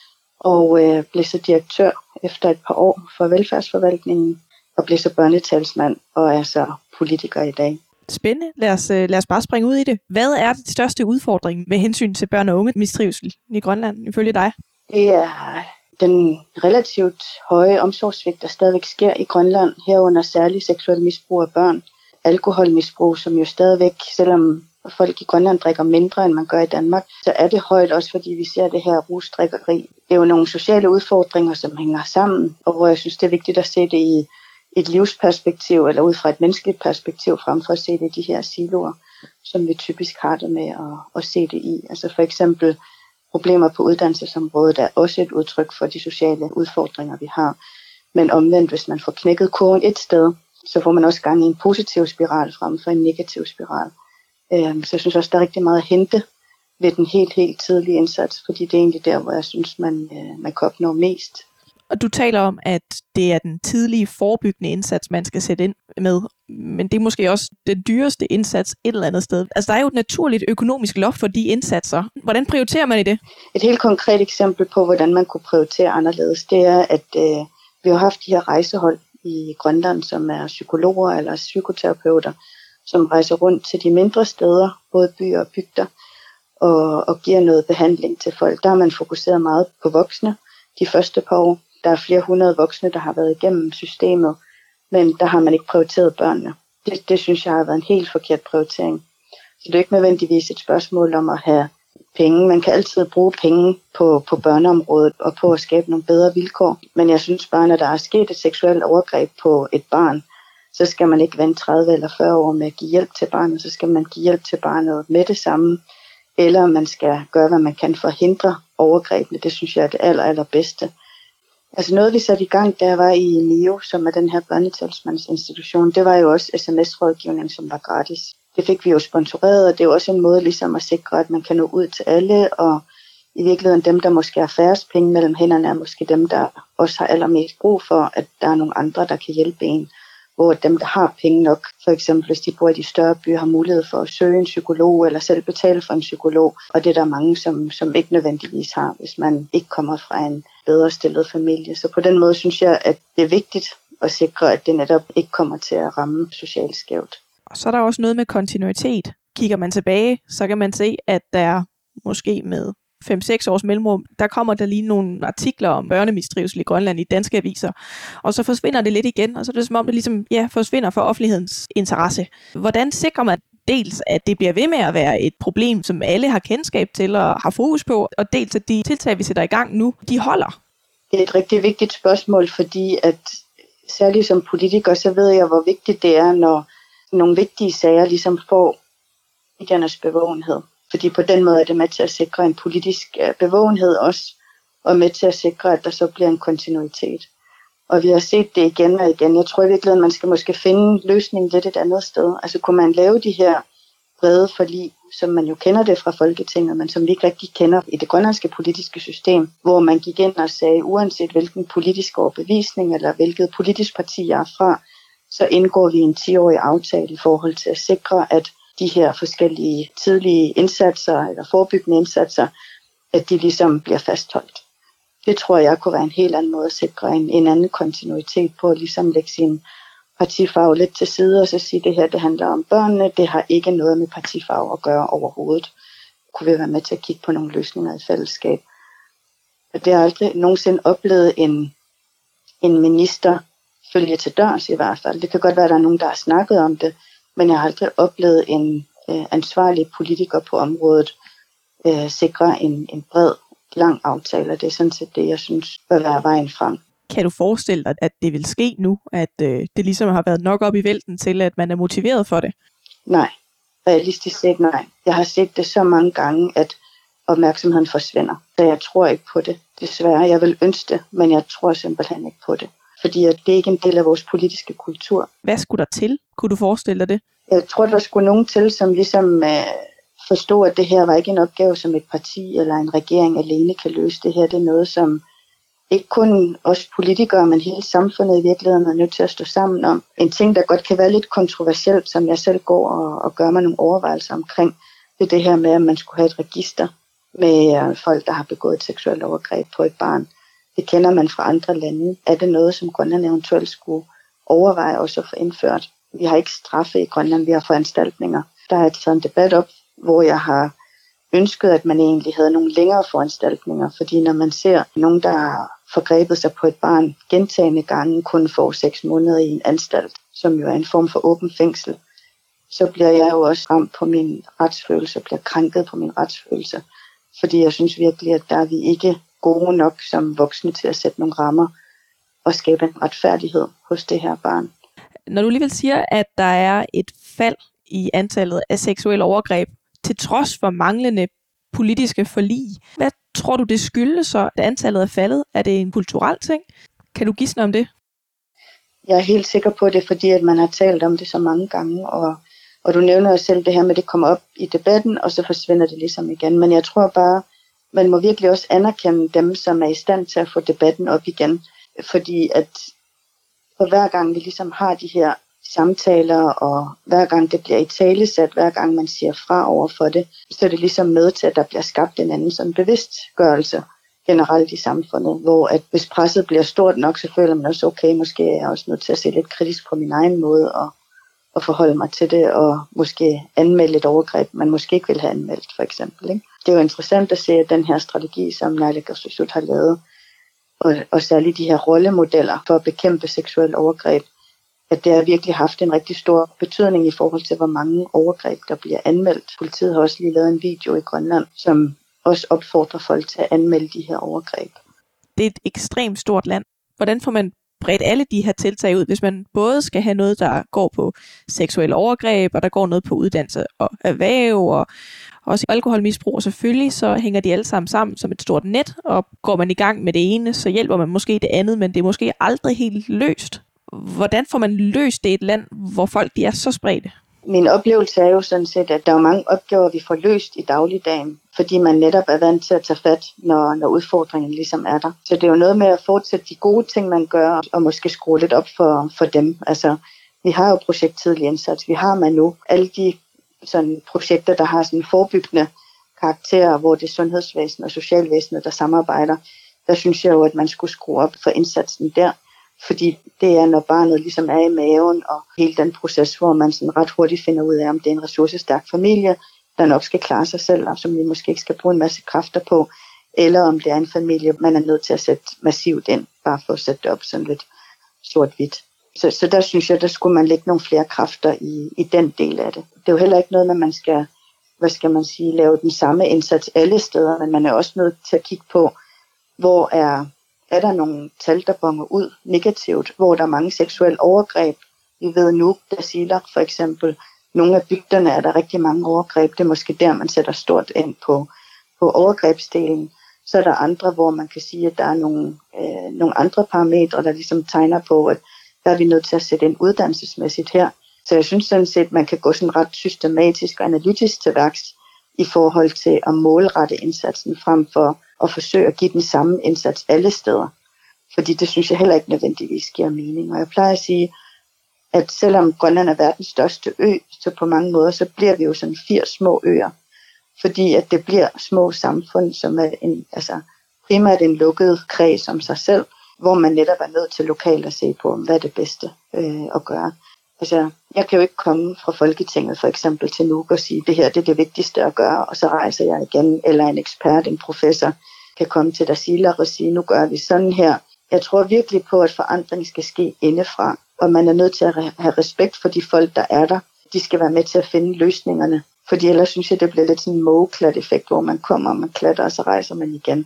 og blev så direktør efter et par år for velfærdsforvaltningen, og blev så børnetalsmand og er så politiker i dag. Spændende. Lad os bare springe ud i det. Hvad er den største udfordring med hensyn til børn og unge mistrivsel i Grønland, ifølge dig? Det er den relativt høje omsorgssvigt, der stadigvæk sker i Grønland, herunder særligt seksuel misbrug af børn, alkoholmisbrug, som jo stadigvæk, selvom folk i Grønland drikker mindre, end man gør i Danmark, så er det højt også, fordi vi ser det her rusdrikkeri. Det er jo nogle sociale udfordringer, som hænger sammen, og hvor jeg synes, det er vigtigt at se det i et livsperspektiv, eller ud fra et menneskeligt perspektiv, frem for at se det i de her siloer, som vi typisk har det med at se det i. Altså for eksempel problemer på uddannelsesområdet er også et udtryk for de sociale udfordringer, vi har. Men omvendt, hvis man får knækket kurven et sted, så får man også gang i en positiv spiral frem for en negativ spiral. Så jeg synes også, der er rigtig meget at hente ved den helt tidlige indsats, fordi det er egentlig der, hvor jeg synes, man kan opnå mest. Og du taler om, at det er den tidlige forebyggende indsats, man skal sætte ind med, men det er måske også den dyreste indsats et eller andet sted. Altså der er jo et naturligt økonomisk loft for de indsatser. Hvordan prioriterer man i det? Et helt konkret eksempel på, hvordan man kunne prioritere anderledes, det er, at vi har haft de her rejsehold i Grønland, som er psykologer eller psykoterapeuter, som rejser rundt til de mindre steder, både byer og bygder, og giver noget behandling til folk. Der har man fokuseret meget på voksne de første par år. Der er flere hundrede voksne, der har været igennem systemet, men der har man ikke prioriteret børnene. Det synes jeg har været en helt forkert prioritering. Så det er ikke nødvendigvis et spørgsmål om at have penge. Man kan altid bruge penge på børneområdet og på at skabe nogle bedre vilkår. Men jeg synes bare, når der er sket et seksuelt overgreb på et barn, så skal man ikke vente 30 eller 40 år med at give hjælp til barnet. Så skal man give hjælp til barnet med det samme. Eller man skal gøre, hvad man kan for at hindre overgrebene. Det synes jeg er det allerbedste. Altså noget, vi satte i gang, da jeg var i NIO, som er den her børnetalsmandsinstitution, det var jo også sms-rådgivning, som var gratis. Det fik vi jo sponsoreret, og det er jo også en måde ligesom at sikre, at man kan nå ud til alle, og i virkeligheden dem, der måske har færrest penge mellem hænderne, er måske dem, der også har allermest brug for, at der er nogle andre, der kan hjælpe en. Hvor dem, der har penge nok, for eksempel hvis de bor i de større byer, har mulighed for at søge en psykolog eller selv betale for en psykolog. Og det er der mange, som ikke nødvendigvis har, hvis man ikke kommer fra en bedre stillet familie. Så på den måde synes jeg, at det er vigtigt at sikre, at det netop ikke kommer til at ramme socialt skævt. Og så er der også noget med kontinuitet. Kigger man tilbage, så kan man se, at der måske med 5-6 års mellemrum, der kommer der lige nogle artikler om børnemistrivsel i Grønland i danske aviser, og så forsvinder det lidt igen, og så er det som om det ligesom forsvinder for offentlighedens interesse. Hvordan sikrer man dels, at det bliver ved med at være et problem, som alle har kendskab til og har fokus på, og dels at de tiltag, vi sætter i gang nu, de holder? Det er et rigtig vigtigt spørgsmål, fordi at særligt som politiker, så ved jeg, hvor vigtigt det er, når nogle vigtige sager ligesom får mediernes bevågenhed. Fordi på den måde er det med til at sikre en politisk bevågenhed også, og med til at sikre, at der så bliver en kontinuitet. Og vi har set det igen og igen. Jeg tror i virkeligheden, man skal måske finde løsningen lidt et andet sted. Altså kunne man lave de her brede forlig, som man jo kender det fra Folketinget, men som vi ikke rigtig kender i det grønlandske politiske system, hvor man gik ind og sagde, uanset hvilken politisk overbevisning eller hvilket politisk parti jeg er fra, så indgår vi en 10-årig aftale i forhold til at sikre, at de her forskellige tidlige indsatser eller forebyggende indsatser, at de ligesom bliver fastholdt. Det tror jeg kunne være en helt anden måde at sikre en anden kontinuitet på, at ligesom lægge sin partifarve lidt til side og så sige, at det her det handler om børnene, det har ikke noget med partifarve at gøre overhovedet. Kunne vi være med til at kigge på nogle løsninger i fællesskab. Og det har aldrig nogensinde oplevet en minister følge til dørs i hvert fald. Det kan godt være, at der er nogen, der har snakket om det, men jeg har aldrig oplevet en ansvarlig politiker på området sikre en bred, lang aftale. Det er sådan set det, jeg synes bør være vejen frem. Kan du forestille dig, at det vil ske nu? At det ligesom har været nok op i vælten til, at man er motiveret for det? Nej. Realistisk set nej. Jeg har set det så mange gange, at opmærksomheden forsvinder. Så jeg tror ikke på det. Desværre, jeg vil ønske det, men jeg tror simpelthen ikke på det. Fordi det er ikke en del af vores politiske kultur. Hvad skulle der til? Kunne du forestille dig det? Jeg tror, der skulle nogen til, som ligesom forstod, at det her var ikke en opgave, som et parti eller en regering alene kan løse. Det her det er noget, som ikke kun os politikere, men hele samfundet i virkeligheden er nødt til at stå sammen om. En ting, der godt kan være lidt kontroversielt, som jeg selv går og gør mig nogle overvejelser omkring, det er det her med, at man skulle have et register med folk, der har begået et seksuelt overgreb på et barn. Det kender man fra andre lande. Er det noget, som Grønland eventuelt skulle overveje også at få indført? Vi har ikke straffe i Grønland, vi har foranstaltninger. Der har jeg taget en debat op, hvor jeg har ønsket, at man egentlig havde nogle længere foranstaltninger. Fordi når man ser nogen, der har forgrebet sig på et barn gentagne gange, kun får 6 måneder i en anstalt, som jo er en form for åben fængsel, så bliver jeg jo også ramt på min retsfølelse, bliver krænket på min retsfølelse. Fordi jeg synes virkelig, at der er vi ikke gode nok som voksne til at sætte nogle rammer og skabe en retfærdighed hos det her barn. Når du alligevel siger, at der er et fald i antallet af seksuelle overgreb, til trods for manglende politiske forlig, hvad tror du, det skyldes så, at antallet er faldet? Er det en kulturel ting? Kan du gisne om det? Jeg er helt sikker på det, fordi at man har talt om det så mange gange, og du nævner jo selv det her med, at det kommer op i debatten, og så forsvinder det ligesom igen. Men jeg tror bare, man må virkelig også anerkende dem, som er i stand til at få debatten op igen. Fordi at for hver gang vi ligesom har de her samtaler, og hver gang det bliver italesat, hver gang man siger fra over for det, så er det ligesom med til, at der bliver skabt en anden sådan bevidstgørelse generelt i samfundet, hvor at hvis presset bliver stort nok, så føler man også, okay, måske er jeg også nødt til at se lidt kritisk på min egen måde og forholde mig til det, og måske anmelde et overgreb, man måske ikke vil have anmeldt, for eksempel. Ikke? Det er jo interessant at se, at den her strategi, som naalakkersuisut har lavet, og særligt de her rollemodeller for at bekæmpe seksuel overgreb, at det har virkelig haft en rigtig stor betydning i forhold til, hvor mange overgreb, der bliver anmeldt. Politiet har også lige lavet en video i Grønland, som også opfordrer folk til at anmelde de her overgreb. Det er et ekstremt stort land. Hvordan får man bredt alle de her tiltag ud, hvis man både skal have noget, der går på seksuelle overgreb, og der går noget på uddannelse og erhverv, og også alkoholmisbrug, og selvfølgelig så hænger de alle sammen som et stort net, og går man i gang med det ene, så hjælper man måske det andet, men det er måske aldrig helt løst. Hvordan får man løst det i et land, hvor folk de er så spredte? Min oplevelse er jo sådan set, at der er mange opgaver, vi får løst i dagligdagen, fordi man netop er vant til at tage fat, når udfordringen ligesom er der. Så det er jo noget med at fortsætte de gode ting, man gør, og måske skrue lidt op for dem. Altså, vi har jo projekt tidlig indsats, vi har nu alle de sådan projekter, der har sådan forebyggende karakterer, hvor det er sundhedsvæsen og socialvæsenet, der samarbejder. Der synes jeg jo, at man skulle skrue op for indsatsen der. Fordi det er, når barnet ligesom er i maven, og hele den proces, hvor man sådan ret hurtigt finder ud af, om det er en ressourcestærk familie, der nok skal klare sig selv, og som vi måske ikke skal bruge en masse kræfter på, eller om det er en familie, man er nødt til at sætte massivt ind, bare for at sætte det op sådan lidt sort-hvidt. Så der synes jeg, der skulle man lægge nogle flere kræfter i den del af det. Det er jo heller ikke noget, at man skal, lave den samme indsats alle steder, men man er også nødt til at kigge på, hvor er der nogle tal, der bonger ud negativt, hvor der er mange seksuelle overgreb. Vi ved nu, Tasiilaq for eksempel, nogle af bygderne er der rigtig mange overgreb. Det er måske der, man sætter stort ind på overgrebsdelen. Så er der andre, hvor man kan sige, at der er nogle andre parametre, der ligesom tegner på, at der er vi nødt til at sætte ind uddannelsesmæssigt her. Så jeg synes sådan set, at man kan gå sådan ret systematisk og analytisk til værks i forhold til at målrette indsatsen frem for at forsøge at give den samme indsats alle steder. Fordi det synes jeg heller ikke nødvendigvis giver mening. Og jeg plejer at sige, at selvom Grønland er verdens største ø, så på mange måder, så bliver vi jo sådan 80 små øer. Fordi at det bliver små samfund, som er primært en lukket kreds om sig selv, hvor man netop er nødt til lokalt at se på, hvad er det bedste at gøre. Altså, jeg kan jo ikke komme fra Folketinget for eksempel til Nuuk og sige, det her det er det vigtigste at gøre, og så rejser jeg igen, eller en ekspert, en professor, kan komme til Tasiilaq og sige, nu gør vi sådan her. Jeg tror virkelig på, at forandring skal ske indefra, og man er nødt til at have respekt for de folk, der er der. De skal være med til at finde løsningerne, fordi ellers synes jeg, det bliver lidt sådan en mågeklat-effekt, hvor man kommer, og man klatter, og så rejser man igen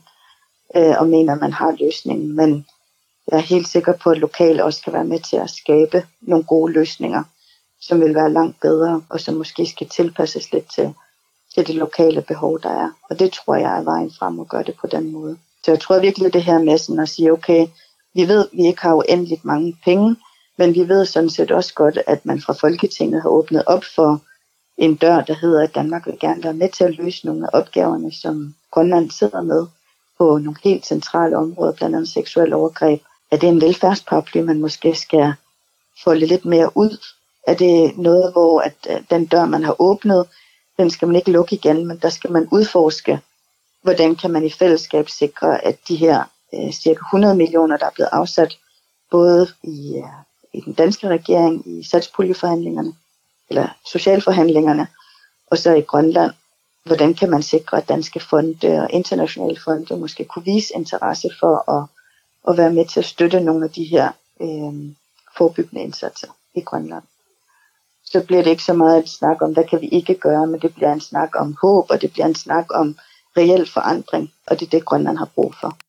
og mener, at man har løsningen. Men jeg er helt sikker på, at lokale også kan være med til at skabe nogle gode løsninger, som vil være langt bedre, og som måske skal tilpasses lidt til det lokale behov, der er. Og det tror jeg er vejen frem at gøre det på den måde. Så jeg tror virkelig det her med sådan at sige, okay, vi ved, at vi ikke har uendeligt mange penge, men vi ved sådan set også godt, at man fra Folketinget har åbnet op for en dør, der hedder, at Danmark vil gerne være med til at løse nogle af opgaverne, som Grønland sidder med på nogle helt centrale områder, blandt andet seksuelle overgreb. Er det en velfærdsparaply, man måske skal folde lidt mere ud? Er det noget, hvor at den dør, man har åbnet, den skal man ikke lukke igen, men der skal man udforske, hvordan kan man i fællesskab sikre, at de her cirka 100 millioner, der er blevet afsat, både i den danske regering, i satspuljeforhandlingerne, eller socialforhandlingerne, og så i Grønland, hvordan kan man sikre, at danske fonde og internationale fonde måske kunne vise interesse for at være med til at støtte nogle af de her forebyggende indsatser i Grønland. Så bliver det ikke så meget et snak om, hvad kan vi ikke gøre, men det bliver en snak om håb, og det bliver en snak om reel forandring, og det er det, Grønland har brug for.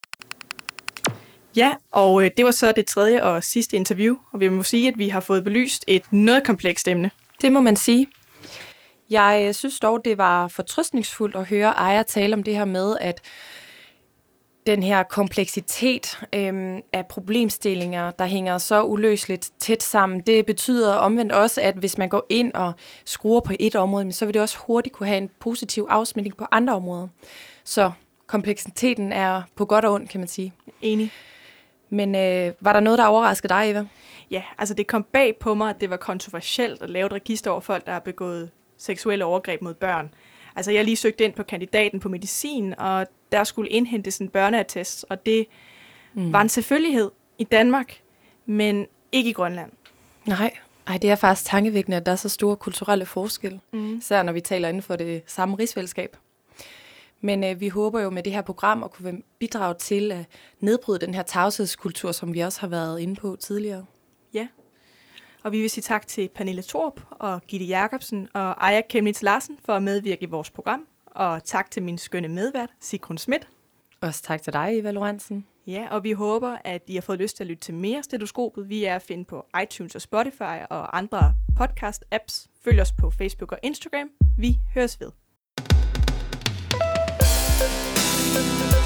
Ja, og det var så det tredje og sidste interview, og vi må sige, at vi har fået belyst et noget komplekst emne. Det må man sige. Jeg synes dog, det var fortrøstningsfuldt at høre Aya tale om det her med, at den her kompleksitet af problemstillinger, der hænger så uløseligt tæt sammen, det betyder omvendt også, at hvis man går ind og skruer på et område, så vil det også hurtigt kunne have en positiv afsmitning på andre områder. Så kompleksiteten er på godt og ondt, kan man sige. Enig. Men var der noget, der overraskede dig, Eva? Ja, altså det kom bag på mig, at det var kontroversielt at lave et register over folk, der har begået seksuelle overgreb mod børn. Altså jeg lige søgte ind på kandidaten på medicin, og der skulle indhentes en børneattest, og det var en selvfølgelighed i Danmark, men ikke i Grønland. Nej, det er faktisk tankevækkende, at der er så store kulturelle forskelle, især når vi taler inden for det samme rigsfællesskab. Men vi håber jo med det her program at kunne bidrage til at nedbryde den her tavshedskultur, som vi også har været inde på tidligere. Ja, og vi vil sige tak til Pernille Thorup og Gitte Jacobsen og Aya Chemnitz Larsen for at medvirke i vores program. Og tak til min skønne medvært, Sigrun Schmidt. Også tak til dig, Eva Lorentzen. Ja, og vi håber, at I har fået lyst til at lytte til mere Stetoskopet. Vi er at finde på iTunes og Spotify og andre podcast-apps. Følg os på Facebook og Instagram. Vi høres ved.